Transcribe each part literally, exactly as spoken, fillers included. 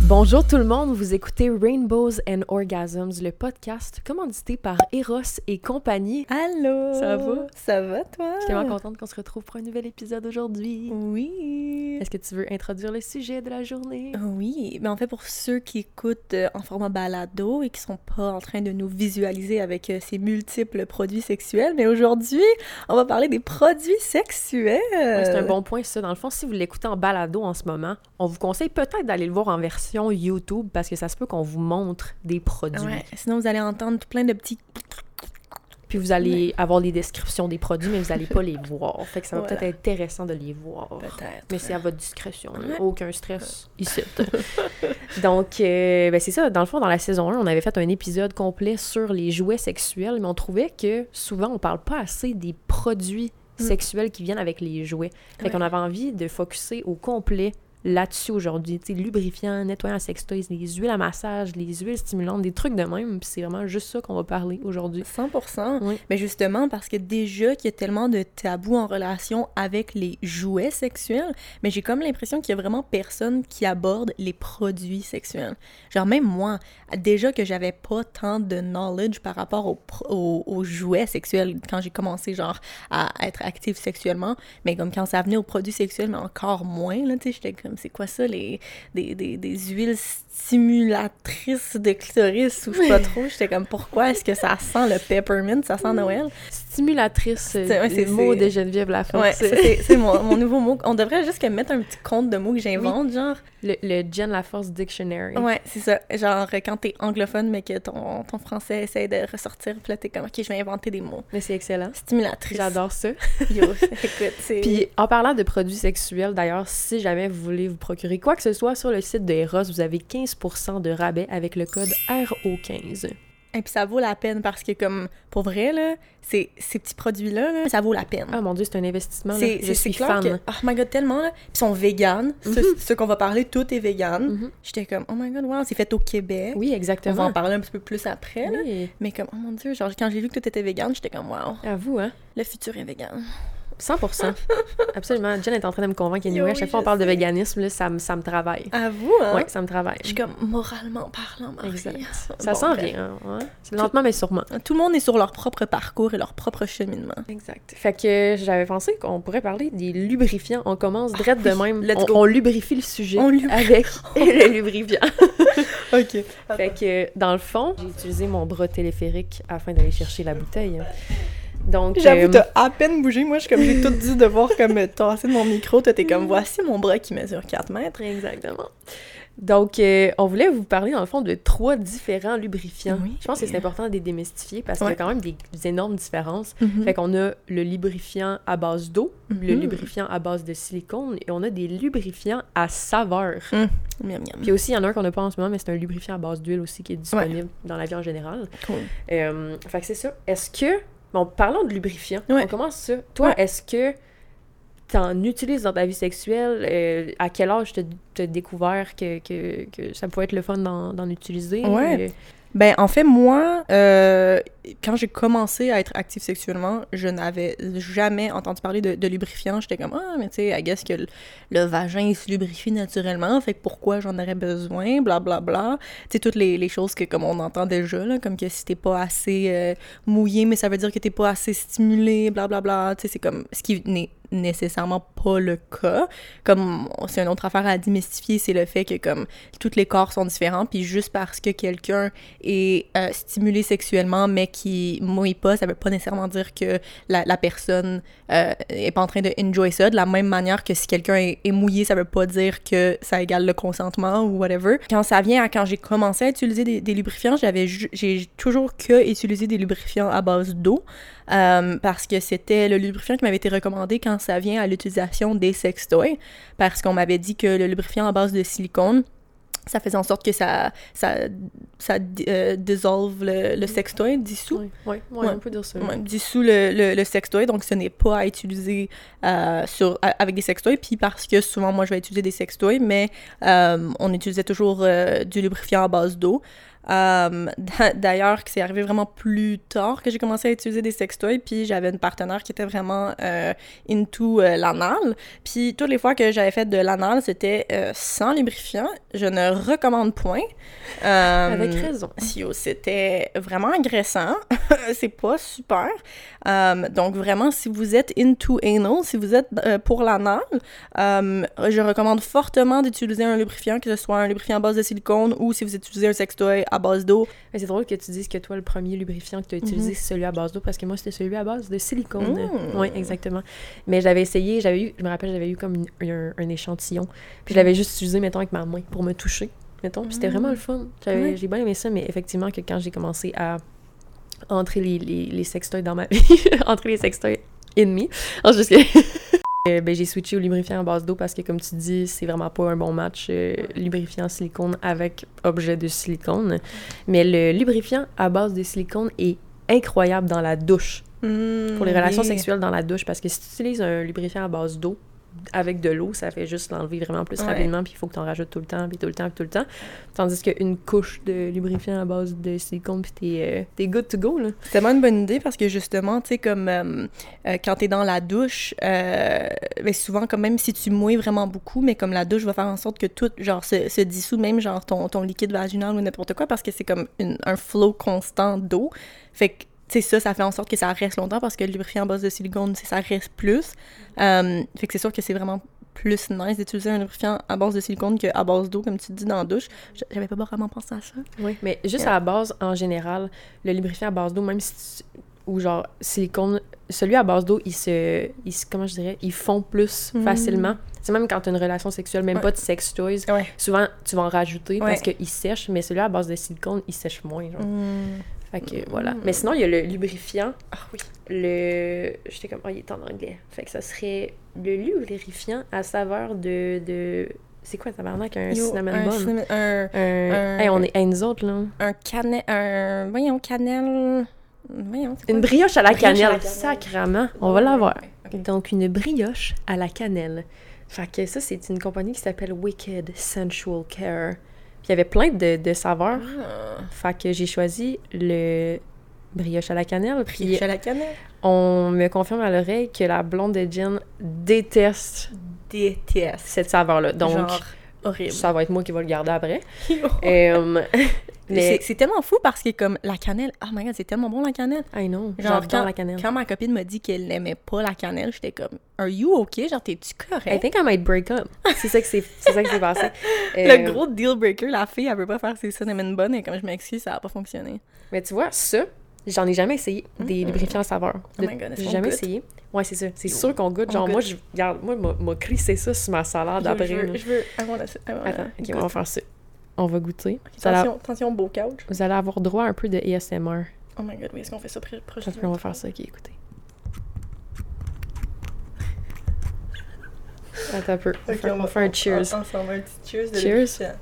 Bonjour tout le monde, vous écoutez Rainbows and Orgasms, le podcast commandité par Eros et compagnie. Allô! Ça va? Ça va, toi? Je suis tellement contente qu'on se retrouve pour un nouvel épisode aujourd'hui. Oui! Est-ce que tu veux introduire le sujet de la journée? Oui, mais en fait, pour ceux qui écoutent euh, en format balado et qui sont pas en train de nous visualiser avec euh, ces multiples produits sexuels, mais aujourd'hui, on va parler des produits sexuels! Ouais, c'est un bon point, ça. Dans le fond, si vous l'écoutez en balado en ce moment, on vous conseille peut-être d'aller le voir en version YouTube parce que ça se peut qu'on vous montre des produits. Ouais, sinon vous allez entendre plein de petits... Puis vous allez ouais. avoir les descriptions des produits, mais vous n'allez pas les voir. Fait que ça va voilà. peut-être être intéressant de les voir. Peut-être. Mais c'est à votre discrétion. Ouais. Aucun stress ici. Donc, euh, ben c'est ça. Dans le fond, dans la saison un, on avait fait un épisode complet sur les jouets sexuels, mais on trouvait que souvent, on parle pas assez des produits mm. sexuels qui viennent avec les jouets. Fait ouais. qu'on avait envie de focusser au complet là-dessus aujourd'hui, tu sais, lubrifiant, nettoyant à sextoys, les huiles à massage, les huiles stimulantes, des trucs de même, puis c'est vraiment juste ça qu'on va parler aujourd'hui. cent pour cent. Oui. Mais justement, parce que déjà qu'il y a tellement de tabous en relation avec les jouets sexuels, mais j'ai comme l'impression qu'il y a vraiment personne qui aborde les produits sexuels. Genre même moi, déjà que j'avais pas tant de knowledge par rapport aux, aux, aux jouets sexuels quand j'ai commencé genre à être active sexuellement, mais comme quand ça venait aux produits sexuels, mais encore moins, là, tu sais, j'étais comme c'est quoi ça, les des, des, des huiles stimulatrices de clitoris ou je sais pas trop, j'étais comme pourquoi est-ce que ça sent le peppermint, ça sent Noël? Stimulatrice, c'est, ouais, c'est le mot de Geneviève Laforce. Ouais, c'est, c'est, c'est mon, mon nouveau mot. On devrait juste mettre un petit compte de mots que j'invente, oui. genre. Le, le Jen Laforce Dictionary. Ouais, c'est ça. Genre, quand t'es anglophone, mais que ton, ton français essaie de ressortir, puis là, t'es comme, OK, je vais inventer des mots. Mais c'est excellent. Stimulatrice. J'adore ça. Yo, écoute, c'est... Puis, en parlant de produits sexuels, d'ailleurs, si jamais vous voulez vous procurer quoi que ce soit sur le site de Eros, vous avez quinze pour cent de rabais avec le code R O quinze. Et puis ça vaut la peine parce que, comme, pour vrai, là, ces, ces petits produits-là, là, ça vaut la peine. Ah mon Dieu, c'est un investissement, c'est, là. Je c'est, suis c'est fan. Que, oh my God, tellement, là. Puis ils sont véganes. Mm-hmm. Ce, ce qu'on va parler, tout est vegan. Mm-hmm. J'étais comme, oh my God, wow, c'est fait au Québec. Oui, exactement. On va en parler un petit peu plus après, là. Oui. Mais comme, oh mon Dieu, genre, quand j'ai vu que tout était vegan, j'étais comme, wow. À vous, hein? Le futur est vegan. cent pour cent. Absolument. Jen est en train de me convaincre. Anyway, à chaque oui, fois qu'on parle sais. de véganisme, là, ça, me, ça me travaille. À vous, hein? Oui, ça me travaille. Je suis comme moralement parlant, Marie. Exact. Ça bon, s'en vient. Hein? C'est lentement, mais sûrement. Tout le monde est sur leur propre parcours et leur propre cheminement. Exact. Fait que j'avais pensé qu'on pourrait parler des lubrifiants. On commence direct ah, de même. Let's on, go. on lubrifie le sujet on lubri- avec le lubrifiant. OK. Fait que, dans le fond, j'ai utilisé mon bras téléphérique afin d'aller chercher la bouteille. Donc, J'avoue, euh... t'as à peine bougé. Moi, je suis comme, j'ai tout dû devoir comme tasser de mon micro. Toi, t'es comme, voici mon bras qui mesure quatre mètres. Exactement. Donc, euh, on voulait vous parler, dans le fond, de trois différents lubrifiants. Oui, je pense que c'est important de les démystifier parce ouais. qu'il y a quand même des, des énormes différences. Mm-hmm. Fait qu'on a le lubrifiant à base d'eau, mm-hmm. le lubrifiant à base de silicone et on a des lubrifiants à saveur. Mm. Miam, miam. Puis aussi, il y en a un qu'on n'a pas en ce moment, mais c'est un lubrifiant à base d'huile aussi qui est disponible ouais. dans la vie en général. Cool. Euh, fait que c'est ça. Est-ce que... Bon, parlons de lubrifiant. Ouais. On commence ça. Toi, ouais. est-ce que t'en utilises dans ta vie sexuelle? Euh, à quel âge t'as, t'as découvert que, que, que ça pouvait être le fun d'en, d'en utiliser? Ouais. Euh... Ben, en fait, moi, euh, quand j'ai commencé à être active sexuellement, je n'avais jamais entendu parler de, de lubrifiant. J'étais comme, ah, mais tu sais, I guess que le, le vagin, il se lubrifie naturellement, fait que pourquoi j'en aurais besoin, blablabla. Bla, bla. Tu sais, toutes les, les choses que, comme on entend déjà, là, comme que si t'es pas assez euh, mouillé, mais ça veut dire que t'es pas assez stimulé, blablabla. Bla, bla. Tu sais, c'est comme, ce qui n'est nécessairement pas le cas. Comme, c'est une autre affaire à démystifier, c'est le fait que, comme, tous les corps sont différents, puis juste parce que quelqu'un est euh, stimulé sexuellement, mais qui mouille pas, ça veut pas nécessairement dire que la, la personne euh, est pas en train de enjoy ça. De la même manière que si quelqu'un est, est mouillé, ça veut pas dire que ça égale le consentement ou whatever. Quand ça vient à quand j'ai commencé à utiliser des, des lubrifiants, j'avais ju- j'ai toujours que utilisé des lubrifiants à base d'eau. Euh, parce que c'était le lubrifiant qui m'avait été recommandé quand ça vient à l'utilisation des sextoys, parce qu'on m'avait dit que le lubrifiant à base de silicone, ça faisait en sorte que ça, ça, ça euh, dissolve le, le sextoy, dissout. Oui, oui, oui, ouais, on peut dire ça. Ouais, dissout le, le, le sextoy, donc ce n'est pas à utiliser euh, sur, avec des sextoys, puis parce que souvent, moi, je vais utiliser des sextoys, mais euh, on utilisait toujours euh, du lubrifiant à base d'eau. Euh, d'ailleurs, c'est arrivé vraiment plus tard que j'ai commencé à utiliser des sextoys, puis j'avais une partenaire qui était vraiment euh, into euh, l'anal. Puis toutes les fois que j'avais fait de l'anal, c'était euh, sans lubrifiant. Je ne recommande point. Euh, Avec raison. Si, c'était vraiment agressant. C'est pas super. Euh, donc vraiment, si vous êtes into anal, si vous êtes euh, pour l'anal, euh, je recommande fortement d'utiliser un lubrifiant, que ce soit un lubrifiant à base de silicone ou si vous utilisez un sextoy à base d'eau. Mais c'est drôle que tu dises que toi, le premier lubrifiant que tu as utilisé, mm-hmm. c'est celui à base d'eau, parce que moi, c'était celui à base de silicone. Mm. Oui, exactement. Mais j'avais essayé, j'avais eu, je me rappelle, j'avais eu comme une, un, un échantillon, puis je l'avais juste utilisé, mettons, avec ma main pour me toucher, mettons, puis c'était vraiment le fun. J'avais, mm. J'ai bien aimé ça, mais effectivement, que quand j'ai commencé à entrer les, les, les sextoys dans ma vie, entrer les sextoys ennemis, alors juste Euh, ben, j'ai switché au lubrifiant à base d'eau parce que, comme tu dis, c'est vraiment pas un bon match euh, lubrifiant silicone avec objet de silicone. Mais le lubrifiant à base de silicone est incroyable dans la douche. Mmh, pour les relations oui. sexuelles dans la douche, parce que si tu utilises un lubrifiant à base d'eau, avec de l'eau, ça fait juste l'enlever vraiment plus ouais. rapidement, puis il faut que tu en rajoutes tout le temps, puis tout le temps, puis tout le temps. Tandis qu'une couche de lubrifiant à base de silicone, puis t'es, euh, t'es good to go, là. C'est tellement une bonne idée, parce que justement, tu sais, comme euh, euh, quand t'es dans la douche, euh, ben souvent, comme même si tu mouilles vraiment beaucoup, mais comme la douche va faire en sorte que tout, genre, se, se dissout, même genre ton, ton liquide vaginal ou n'importe quoi, parce que c'est comme une, un flow constant d'eau. Fait que c'est ça, ça fait en sorte que ça reste longtemps parce que le lubrifiant à base de silicone, ça reste plus. Euh, fait que c'est sûr que c'est vraiment plus nice d'utiliser un lubrifiant à base de silicone qu'à base d'eau, comme tu dis, dans la douche. J'avais pas vraiment pensé à ça. Oui, mais juste yeah. à la base, en général, le lubrifiant à base d'eau, même si tu, ou genre silicone, celui à base d'eau, il se, il se comment je dirais, il fond plus mm. facilement. C'est même quand tu as une relation sexuelle, même ouais. pas de sex toys, ouais. souvent tu vas en rajouter ouais. parce qu'il sèche, mais celui à base de silicone, il sèche moins, genre. Mm. Fait que, voilà. Mais sinon, il y a le lubrifiant. Ah oui. Le... J'étais comme, oh, il est en anglais. Fait que ça serait le lubrifiant à saveur de... de... C'est quoi, tabarnak? Un Yo, cinnamon un bun? Cinnamon, un... un... un... Hey, on est hey, nous autres, là. Un cannelle... Un... Voyons, cannelle... Voyons, c'est quoi? Une brioche à la brioche cannelle. À la cannelle. Sacrement. On va l'avoir. Okay. Donc, une brioche à la cannelle. Fait que ça, c'est une compagnie qui s'appelle Wicked Sensual Care. Puis il y avait plein de, de saveurs. Ah. Fait que j'ai choisi le brioche à la cannelle. Puis brioche à la cannelle. On me confirme à l'oreille que la blonde de Jen déteste, déteste cette saveur-là. Donc, genre horrible. Ça va être moi qui va le garder après. um, mais c'est, c'est tellement fou parce que comme la cannelle, oh my god, c'est tellement bon la cannelle. I know, genre j'adore quand, la cannelle. Quand ma copine m'a dit qu'elle n'aimait pas la cannelle, j'étais comme, are you okay? Genre, t'es-tu correct? I think I might break up. C'est ça que c'est, c'est ça qui s'est passé. Le euh, gros deal breaker, la fille, elle veut pas faire ses cinnamon buns et comme je m'excuse, ça a pas fonctionné. Mais tu vois, ça, j'en ai jamais essayé, des mm-hmm. lubrifiants à saveur. Oh my god, j'ai jamais goûte. essayé. Ouais, c'est ça. C'est oh. sûr qu'on goûte. Genre, on moi, goûte. je regarde, moi, m'a, m'a crissé ça sur ma salade je, après. Je veux, je veux, I wanna, I wanna Attends, ok, on va faire ça. On va goûter. Okay, attention, allez, attention, beau couch. Vous allez avoir droit à un peu de A S M R. Oh my god, oui, est-ce qu'on fait ça proche de On va faire ça, ok, écoutez. Attends un peu. On, okay, fait, on va faire un cheers. Ensemble, un petit cheers de Cheers.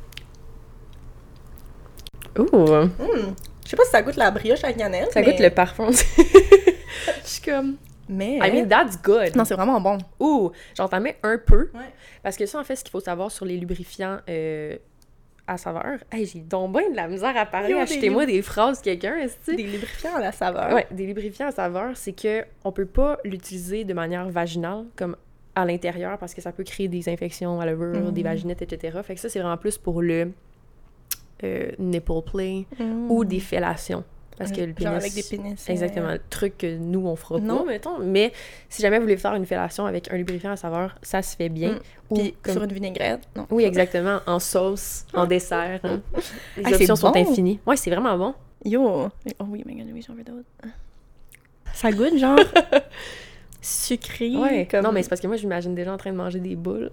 Ouh! Mm. Je sais pas si ça goûte la brioche à la cannelle. Ça mais... goûte le parfum. Je suis comme... Mais... I mean, that's good. Non, c'est vraiment bon. Ouh! Genre, t'en mets un peu. Ouais. Parce que ça, en fait, ce qu'il faut savoir sur les lubrifiants euh, à saveur... Hey, j'ai donc bien de la misère à parler. Yo, Achetez-moi des, lub... des phrases, quelqu'un, est-ce Des lubrifiants à la saveur. Ouais, des lubrifiants à saveur, c'est que on peut pas l'utiliser de manière vaginale, comme à l'intérieur, parce que ça peut créer des infections à l'over, mm. des vaginettes, et cetera. Fait que ça, c'est vraiment plus pour le euh, nipple play mm. ou des fellations. Parce que le pénis... Genre avec des pénis. Exactement. Ouais. Le truc que nous, on fera non. pas, mettons. Mais si jamais vous voulez faire une fellation avec un lubrifiant à saveur, ça se fait bien. Mm. Ou Puis comme... sur une vinaigrette. Non. Oui, exactement. En sauce, en dessert. Hein. Les hey, options sont bon. infinies. Ouais, c'est vraiment bon. Yo! Oh oui, my god, oui, j'en veux d'autres. Ça goûte genre... sucré. Ouais. Comme... Non, mais c'est parce que moi, je m'imagine déjà en train de manger des boules.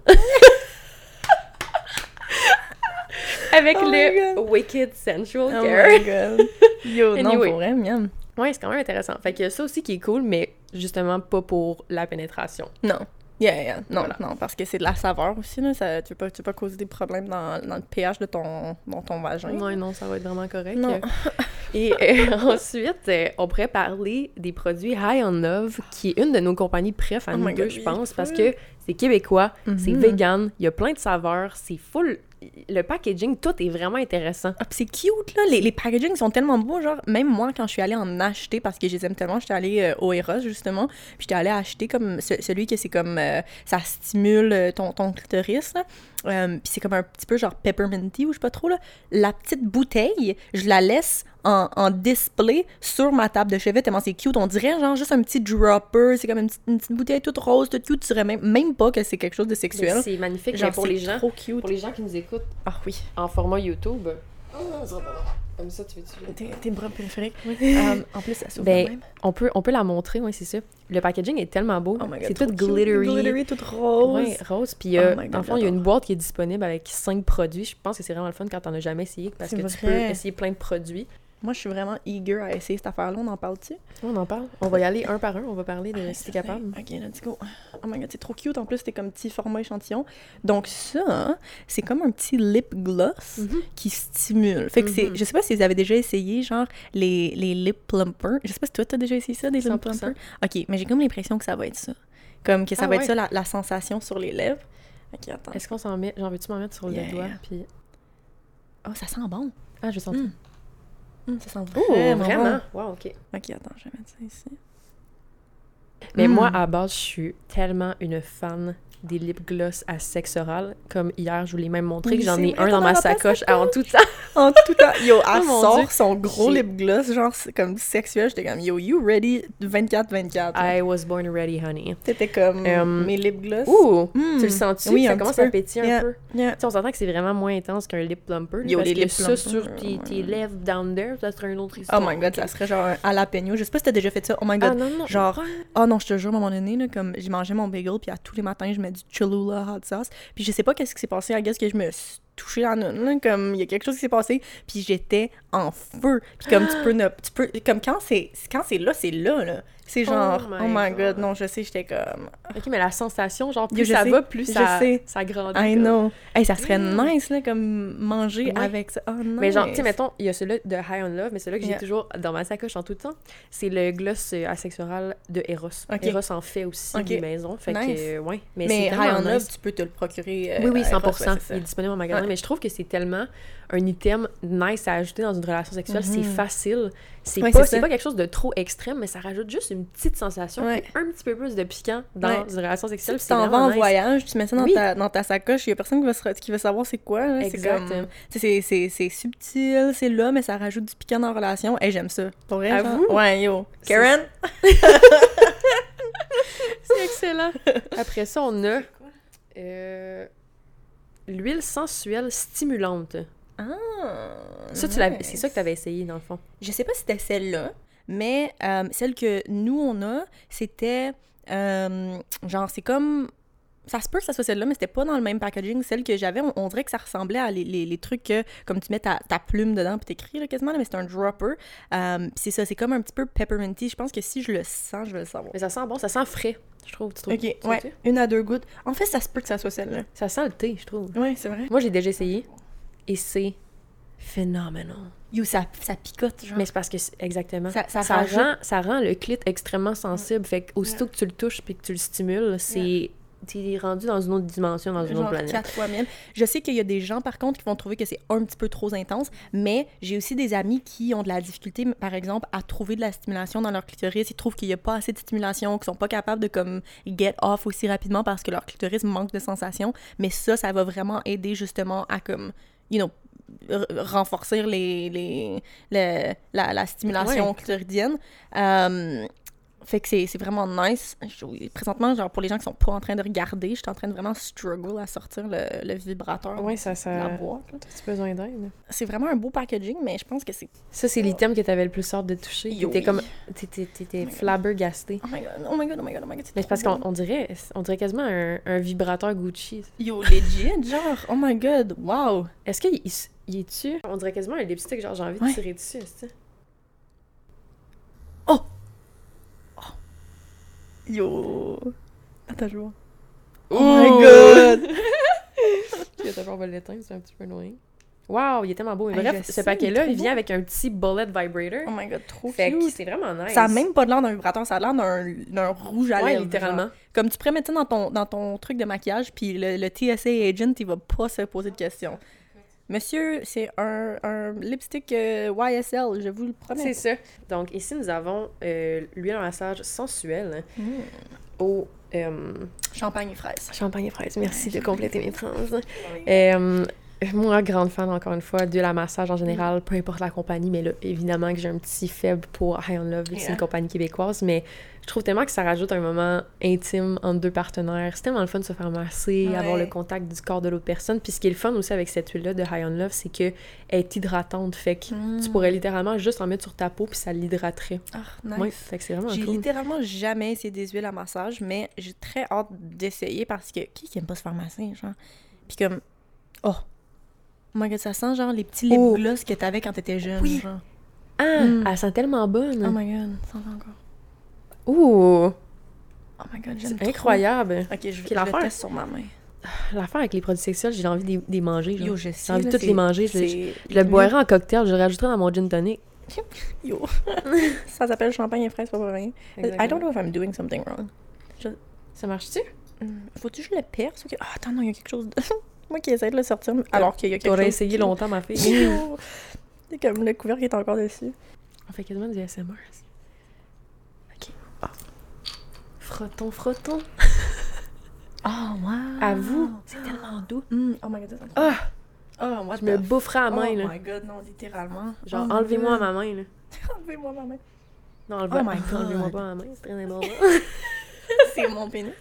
Avec oh le Wicked Sensual Care. Oh my god. Yo, anyway. Non, pour vrai, miam. Ouais, c'est quand même intéressant. Fait que ça aussi qui est cool, mais justement pas pour la pénétration. Non. Yeah, yeah. Non, voilà. non, parce que c'est de la saveur aussi, là. Ça, tu, peux pas, tu peux pas causer des problèmes dans, dans le pH de ton, dans ton vagin. Ouais, non, ça va être vraiment correct. Non. Et euh, ensuite, euh, on pourrait parler des produits High on Love, qui est une de nos compagnies préf à oh nous deux, je pense, parce que c'est québécois, mm-hmm. c'est vegan, il y a plein de saveurs, c'est full le packaging, tout est vraiment intéressant. Ah, pis c'est cute, là. Les, les packagings sont tellement beaux, genre, même moi, quand je suis allée en acheter, parce que je les aime tellement, j'étais allée euh, au Eros, justement, puis j'étais allée acheter comme ce- celui que c'est comme, euh, ça stimule euh, ton, ton clitoris, là. Euh, puis c'est comme un petit peu genre pepperminty, ou je sais pas trop, là. La petite bouteille, je la laisse en, en display sur ma table de chevet, tellement c'est cute. On dirait, genre, juste un petit dropper, c'est comme une petite, une petite bouteille toute rose, toute cute, tu dirais même, même pas que c'est quelque chose de sexuel. Mais c'est magnifique, Genre, mais pour c'est les gens, trop cute. pour les gens qui nous écoutent Ah oui. en format YouTube, comme ça, tu veux-tu... Tes, tes bras périphériques. Um, en plus, ça s'ouvre Ben, même. on peut, on peut la montrer, oui, c'est ça. Le packaging est tellement beau. Oh my God, c'est trop tout cute. glittery. Glittery, tout rose. Ouais, rose. Puis, euh, Oh my God, dans le fond, il y a j'adore. une boîte qui est disponible avec cinq produits. Je pense que c'est vraiment le fun quand t'en as jamais essayé parce C'est que tu peux vrai. essayer plein de produits. Moi, je suis vraiment eager à essayer cette affaire-là. On en parle-tu? On en parle. On va y aller un par un. On va parler de si t'es capable. Ok, let's go. Oh my God, c'est trop cute. En plus, c'était comme petit format échantillon. Donc ça, c'est comme un petit lip gloss Mhm. qui stimule. Fait que c'est... Mhm. Je sais pas si vous avez déjà essayé, genre, les, les lip plumpers. Je sais pas si toi, t'as déjà essayé ça, des cent lip pour cent. plumpers? Ok, mais j'ai comme l'impression que ça va être ça. Comme que ça Ah va ouais. être ça, la, la sensation sur les lèvres. Ok, attends. Est-ce qu'on s'en met... J'en veux-tu m'en mettre sur Yeah. le doigt? Puis... Oh, ça sent bon. Ah, je vais sentir. Mm. Mm, ça sent Oh, vraiment, vraiment? bon. Wow, OK. Ok, attends, je vais mettre ça ici. Mais Mm. moi, à base, je suis tellement une fan des lip gloss à sexe oral. Comme hier, je vous l'ai même montré Oui, que j'en c'est ai vrai, un dans t'en ma as dans ta sacoche en tout temps. En tout temps, yo, elle Oh mon sort Dieu. son gros J'ai- lip gloss, genre c'est comme sexuel. J'étais comme, yo, you ready vingt-quatre vingt-quatre. I was born ready, honey. T'étais comme, Um, mes lip gloss. Ouh! Mm. Tu le sens-tu? Oui, ça un commence petit à peu. pétiller Yeah. un peu. Yeah. Tu sais, on s'entend que c'est vraiment moins intense qu'un lip plumper. là, Yo, parce les que lip ça, plumpers, sur tes, tes ouais. lèvres down there, ça serait une autre Oh histoire. my God, ça serait genre un jalapeno. Je sais pas si t'as déjà fait ça. Oh my Ah God. non, non. Genre, oh non, je te jure, à un moment donné, là, comme, j'ai mangé mon bagel, puis à tous les matins, je mets du Cholula hot sauce. Puis je sais pas qu'est-ce qui s'est passé, I guess que je me suis touchée la noune, là, comme, il y a quelque chose qui s'est passé, puis j'étais en feu. Puis comme, tu peux ne... Tu peux, comme, quand c'est, quand c'est là, c'est là, là. C'est genre, Oh oh my my, God. God. non, je sais, j'étais comme... OK, mais la sensation, genre, plus Yo, je ça sais, va, plus je ça, sais. ça grandit. I comme. know. Hey, ça serait Mm. nice, là, comme, manger Ouais. avec ça. Oh, nice. Mais genre, tu sais, mettons, il y a celui-là de High on Love, mais celui-là que j'ai Yeah. toujours dans ma sacoche en tout temps, c'est le gloss euh, à sexe oral de Eros. Ok. Eros en fait aussi Ok. des maisons. Fait Nice. que, euh, ouais. Mais, Mais c'est High tellement on Love, nice. tu peux te le procurer. euh, Oui, oui, à Eros, cent pour cent. ouais, c'est ça. Il est disponible en magasin. Ouais. Mais je trouve que c'est tellement un item nice à ajouter dans une relation sexuelle. Mhm. C'est facile. C'est Ouais, pas, c'est c'est ça. pas quelque chose de trop extrême, mais ça rajoute juste une petite sensation, Ouais. puis un petit peu plus de piquant dans Ouais. une relation sexuelle. Si tu C'est t'en vas vraiment en nice. voyage, tu mets ça dans, Oui. ta, dans ta sacoche, il y a personne qui va, se, qui va savoir c'est quoi. Là. C'est Exact. comme... tu sais, C'est, c'est, c'est subtil, c'est là, mais ça rajoute du piquant dans la relation. Hey, j'aime ça. Pour vrai, À genre? vous? Ouais, yo. C'est- Karen? C'est excellent. Après ça, on a euh, l'huile sensuelle stimulante. Ah, Ça, tu l'avais- nice. c'est ça que tu avais essayé, dans le fond. Je sais pas si c'était celle-là, mais euh, celle que nous, on a, c'était... euh, genre, c'est comme... Ça se peut que ça soit celle-là, mais c'était pas dans le même packaging. Celle que j'avais, on, on dirait que ça ressemblait à les, les, les trucs que, comme tu mets ta, ta plume dedans puis t'écris, là, quasiment, là, mais c'est un dropper. Euh, puis c'est ça, c'est comme un petit peu pepperminty. Je pense que si je le sens, je vais le savoir. Mais ça sent bon, ça sent frais, je trouve. Tu trouves Ok, tu ouais, trouves-tu? une à deux gouttes. En fait, ça se peut que ça soit celle-là. Ça sent le thé, je trouve. Ouais, c'est vrai. Moi, j'ai déjà essayé et c'est phénoménal. Yo, ça, ça picote, genre. Mais c'est parce que, c'est- exactement, Ça- ça ça, rajoute- rend, ça rend le clit extrêmement sensible. Fait qu'aussitôt que tu le touches puis que tu le stimules, c'est... T'es rendu dans une autre dimension, dans une Genre autre planète. quatre fois mille. Je sais qu'il y a des gens, par contre, qui vont trouver que c'est un petit peu trop intense, mais j'ai aussi des amis qui ont de la difficulté, par exemple, à trouver de la stimulation dans leur clitoris. Ils trouvent qu'il n'y a pas assez de stimulation, qu'ils sont pas capables de, comme, get off aussi rapidement parce que leur clitoris manque de sensation. Mais ça, ça va vraiment aider, justement, à, comme, you know, r- renforcer les, les, le- la, la stimulation Ouais. clitoridienne. Euh, Fait que c'est, c'est vraiment nice. Je- présentement, genre, pour les gens qui sont pas en train de regarder, je suis en train de vraiment struggle à sortir le, le vibrateur Ouais, ça, de la ça... boîte. là. T'as-tu besoin d'aide? C'est vraiment un beau packaging, mais je pense que c'est... Ça, c'est l'item que t'avais le plus hâte de toucher. Yo, T'étais oui. comme... T'étais, t'étais flabbergasté. Oh my god, oh my god, oh my god, oh my god. Mais c'est parce qu'on on dirait, on dirait quasiment un, un vibrateur Gucci. Yo, legit, genre, oh my god, wow. Est-ce qu'il il, il est-tu? On dirait quasiment un lipstick, genre j'ai envie de Ouais. tirer dessus, est-ce que... Oh! Oh. Yo. Attends, je vois. Oh my god! Attends, on va l'éteindre, c'est un petit peu annoying. Wow, il est tellement beau. Mais Hey, bref, je ce sais, paquet-là, il est il trop vient beau. avec un petit bullet vibrator. Oh my god, trop Fait que cute! c'est vraiment nice. Ça a même pas de l'air d'un vibrateur, ça a l'air d'un, d'un rouge à Ouais, lèvres. littéralement. genre. Comme tu pourrais mettre ça dans ton, dans ton truc de maquillage, puis le, le T S A agent, il va pas se poser de questions. Monsieur, c'est un, un lipstick euh, Y S L, je vous le promets. C'est ça. Donc ici, nous avons euh, l'huile à massage sensuelle Mm. au euh, Champagne et fraises. champagne et fraise. Merci de compléter mes phrases. Euh, moi, grande fan, encore une fois, d'huile à massage en général, peu importe la compagnie, mais là, évidemment que j'ai un petit faible pour High on Love, vu que c'est Yeah. une compagnie québécoise, mais je trouve tellement que ça rajoute un moment intime entre deux partenaires. C'est tellement le fun de se faire masser, Ouais. avoir le contact du corps de l'autre personne. Puis ce qui est le fun aussi avec cette huile-là de High on Love, c'est qu'elle est hydratante. Fait que Mm. tu pourrais littéralement juste en mettre sur ta peau, puis ça l'hydraterait. Ah, nice. Ouais, fait que c'est vraiment J'ai cool. littéralement jamais essayé des huiles à massage, mais j'ai très hâte d'essayer parce que qui qui aime pas se faire masser, genre? Puis comme, oh, oh my god, ça sent genre les petits lip Oh. gloss que t'avais quand t'étais jeune, Oui. genre. Ah, Mm. elle sent tellement bonne. Oh my god, ça sent encore. Ouh, Oh my god, j'aime c'est trop. incroyable. Ok, je, Quelle je le affaire? teste sur ma main. L'affaire avec les produits sexuels, j'ai envie de les- de les manger. Genre. Yo, je sais. J'ai envie de là, toutes c'est- les manger. Je, c'est je- je le boirais en cocktail, je le rajouterais dans mon gin tonic. Yo. Ça s'appelle champagne et fraises, pas pour rien. I don't know if I'm doing something wrong. Ça marche-tu? Hmm, Faut-tu que je le perce ou que... Ah, attends, non, il y a quelque chose de... Moi qui essaie de le sortir, alors qu'il y a quelque chose... T'aurais essayé qui- longtemps, ma fille. Yo. C'est comme le couvercle est encore dessus. On fait quasiment du A S M R. OK. Ah. Frottons, frottons. Oh, wow! À vous, c'est tellement doux. Mm, oh my god, ça sent... Ah! Oh, what Je me the... boufferais à la main, Oh là. my god, non, littéralement. Genre, Oh my enlevez-moi god. ma main, là. Enlevez-moi ma main. Non, enlevez- Oh my God. enlevez-moi pas ma main, c'est très important. C'est mon pénis.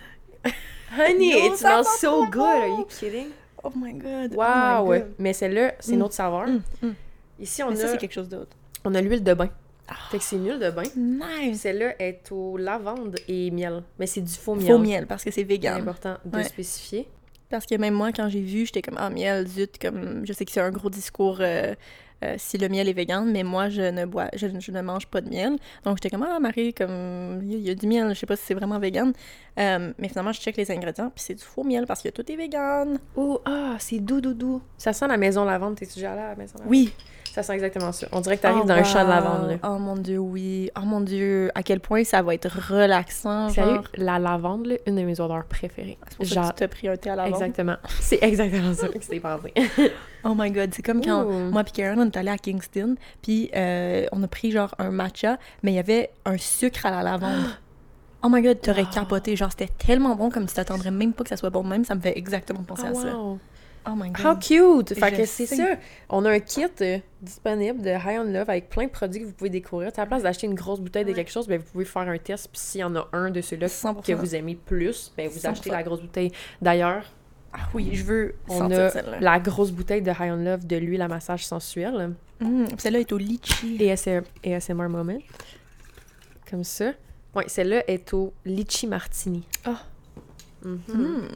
Honey, Yo, it ça smells sent so trop good, bon. are you kidding? Oh my god. Wow! Oh my god. Mais celle-là, c'est une Mm. autre saveur. Mm, mm. Ici, on Mais ça, a, c'est quelque chose d'autre. on a l'huile de bain. Ah. Fait que c'est une huile de bain. Nice! Celle-là est au lavande et miel. Mais c'est du faux miel. Faux miel, parce que c'est C'est vegan. important de Ouais. spécifier. Parce que même moi, quand j'ai vu, j'étais comme, ah, miel, zut, comme, je sais que c'est un gros discours euh, euh, si le miel est vegan, mais moi, je ne bois, je, je ne mange pas de miel. Donc, j'étais comme, ah, Marie, comme, il y, a- il y a du miel, je sais pas si c'est vraiment vegan. Euh, mais finalement, je check les ingrédients, puis c'est du faux miel parce que tout est vegan. Oh, ah, c'est doux, doux, doux. Ça sent la maison lavande. T'es-tu déjà allée à la maison lavande? Oui. Ça sent exactement ça. On dirait que t'arrives Oh, dans un wow. champ de lavande, là. Oh mon Dieu, oui. Oh mon Dieu, à quel point ça va être relaxant, Sérieux, genre. la lavande, là, une de mes odeurs préférées. C'est pour ça Genre, que tu t'as pris un thé à la lavande. exactement. C'est exactement ça qui s'est passé. Oh my god, c'est comme quand Ouh. moi et Karen, on est allés à Kingston, puis euh, on a pris genre un matcha, mais il y avait un sucre à la lavande. Oh my god, t'aurais Wow. capoté. Genre, c'était tellement bon comme tu t'attendrais même pas que ça soit bon de même. Ça me fait exactement penser Ah, à ça. wow. Oh my god. How cute! Fait Je que c'est sais. ça. On a un kit euh, disponible de High on Love avec plein de produits que vous pouvez découvrir. À la place d'acheter une grosse bouteille de Ouais. quelque chose, ben, vous pouvez faire un test. Puis s'il y en a un de ceux-là cent pour que cent. vous aimez plus, ben, vous cent pour achetez cent. la grosse bouteille. D'ailleurs, Ah oui, je veux on sentir a celle-là. la grosse bouteille de High on Love de l'huile à massage sensuelle. Mm, celle-là est au litchi. Et A S M R moment. Comme ça. Ouais, celle-là est au litchi martini. Ah. Mhm. Mm.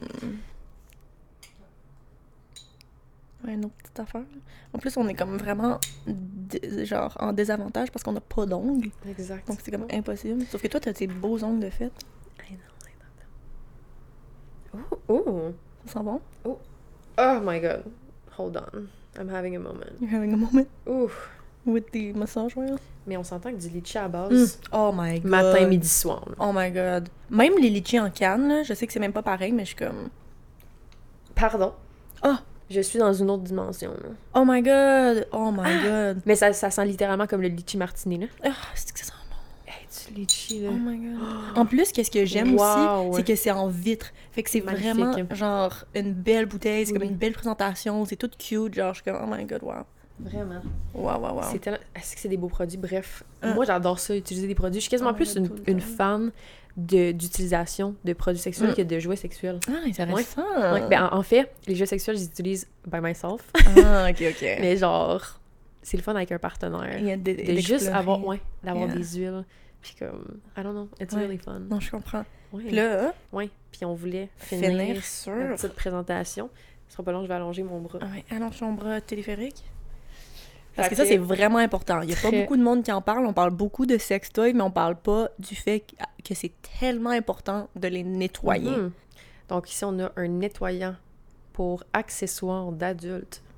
Ouais, une autre petite affaire. En plus, on est comme vraiment dé- genre en désavantage parce qu'on n'a pas d'ongles. Exact. Donc, c'est comme impossible. Sauf que toi, t'as tes beaux ongles de fête. I know, I know. Oh, oh. Ça sent bon? Oh my god. Hold on. I'm having a moment. You're having a moment Ouf. with the massage oil. Mais on s'entend que du litchi à Mm. base, Oh my god. matin, midi, soir. là. Oh my god. Même les litchis en canne, là, je sais que c'est même pas pareil, mais je suis comme... Pardon. Ah! Je suis dans une autre dimension. Là. Oh my god! Oh my god! Mais ça, ça sent littéralement comme le litchi martini. Là. Ah, c'est que ça sent bon. Hey, du litchi, là. Oh my god. En plus, qu'est-ce que j'aime Wow. aussi, c'est que c'est en vitre. Fait que c'est Magnifique. vraiment, genre, une belle bouteille, c'est Oui. comme une belle présentation, c'est tout cute, genre, je suis comme, oh my god, wow. Vraiment. Wow, wow, wow. C'est tellement... Est-ce que c'est des beaux produits? Bref, Ah. moi, j'adore ça, utiliser des produits. Je suis quasiment Oh my plus God, une, tout le une temps. fan de- d'utilisation de, produits sexuels Mm. que de jouets sexuels. Ah, intéressant! Ouais, ben, en, en fait, les jeux sexuels, je les utilise by myself. Ah, ok, ok. Mais genre, c'est le fun avec un partenaire. Il y a des- De juste d'explorer. avoir, ouais, d'avoir Yeah. des huiles. Puis comme, I don't know, it's Ouais. really fun. Non, je comprends. Ouais. Puis là, hein, Ouais. Puis on voulait finir, finir la sur... petite présentation. Ce sera pas long, je vais allonger mon bras. Ah ouais, allons son bras téléphérique. Parce Fait que ça, que- c'est vraiment important. Il y a pas Très- beaucoup de monde qui en parle. On parle beaucoup de sextoys, mais on parle pas du fait que- que c'est tellement important de les nettoyer. Mhm. Donc ici, on a un nettoyant pour accessoires d'adultes.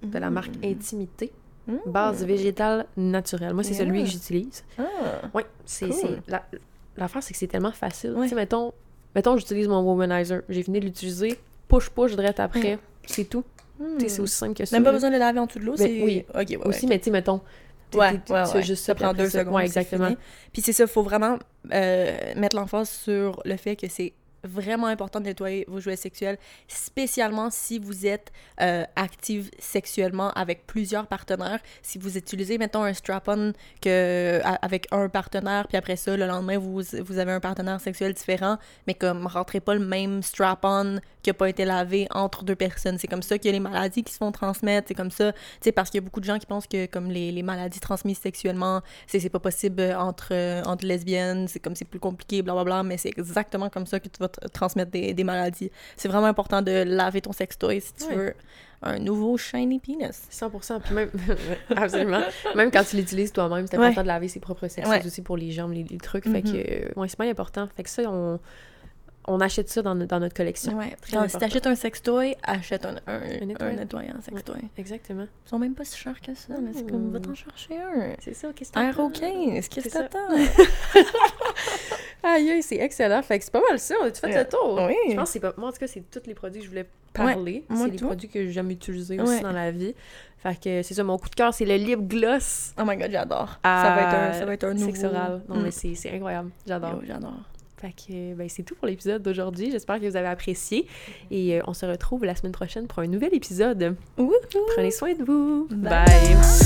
de la marque Mm. Intimité. Mm. Base végétale naturelle. Moi, c'est Yeah. celui que j'utilise. Ah. Oui, c'est... Cool. c'est la, l'affaire, c'est que c'est tellement facile. Ouais. Tu sais, mettons, mettons, j'utilise mon womanizer. J'ai fini de l'utiliser. Push-push, direct après. Mm. C'est tout. Mm. Tu sais, c'est aussi simple que ça. Même pas là. besoin de le laver en dessous de l'eau, Ben, c'est... oui. Ok, ouais, Aussi, ouais. mais tu sais, mettons... t'es- Ouais, t'es- tu ouais, fais ouais. juste Ça ça, puis prend après deux ça- secondes, Ouais, c'est exactement. fini. Puis c'est ça, faut vraiment euh, mettre l'emphase sur le fait que c'est vraiment important de nettoyer vos jouets sexuels, spécialement si vous êtes euh, active sexuellement avec plusieurs partenaires. Si vous utilisez, mettons, un strap-on que, a- avec un partenaire, puis après ça, le lendemain, vous, vous avez un partenaire sexuel différent, mais comme rentrez pas le même strap-on qui a pas été lavé entre deux personnes. C'est comme ça qu'il y a les maladies qui se font transmettre. C'est comme ça, tu sais, parce qu'il y a beaucoup de gens qui pensent que comme les, les maladies transmises sexuellement, c'est, c'est pas possible entre, euh, entre lesbiennes, c'est comme c'est plus compliqué, blablabla, mais c'est exactement comme ça que tu vas t- transmettre des, des maladies. C'est vraiment important de laver ton sextoy si tu Ouais. veux un nouveau shiny penis. cent pour cent. Puis même... Absolument. Même quand tu l'utilises toi-même, c'est Ouais. important de laver ses propres sexes Ouais. aussi pour les jambes, les, les trucs. Fait Mhm. que... euh, Ouais, c'est pas important. Fait que ça, on... On achète ça dans, no- dans notre collection. Ouais. Très Genre, si important. t'achètes un sextoy, achète un, un, Un un nettoyant. nettoyant sextoy. Exactement. Ils sont même pas si chers que ça, mais c'est comme, va t'en chercher un. C'est ça, qu'est-ce que R t'attends? O quinze, qu'est-ce que C'est ça. t'attends? Aïe, aïe, c'est excellent. Fait que c'est pas mal ça. On a-tu fait Yeah. le tour? Oui. Je pense que c'est pas... Moi, en tout cas, c'est tous les produits que je voulais parler. moi c'est les tout. produits que j'aime utiliser aussi Ouais. dans la vie. Fait que c'est ça, mon coup de cœur, c'est le lip gloss. Oh my god, j'adore. à Ça va être un, ça va être un nouveau... sexe oral. Non, Mm. mais c'est c'est incroyable. J'adore. Yo, j'adore. Fait que, ben, c'est tout pour l'épisode d'aujourd'hui. J'espère que vous avez apprécié. Et euh, on se retrouve la semaine prochaine pour un nouvel épisode. Wouhou! Prenez soin de vous. Bye. Bye.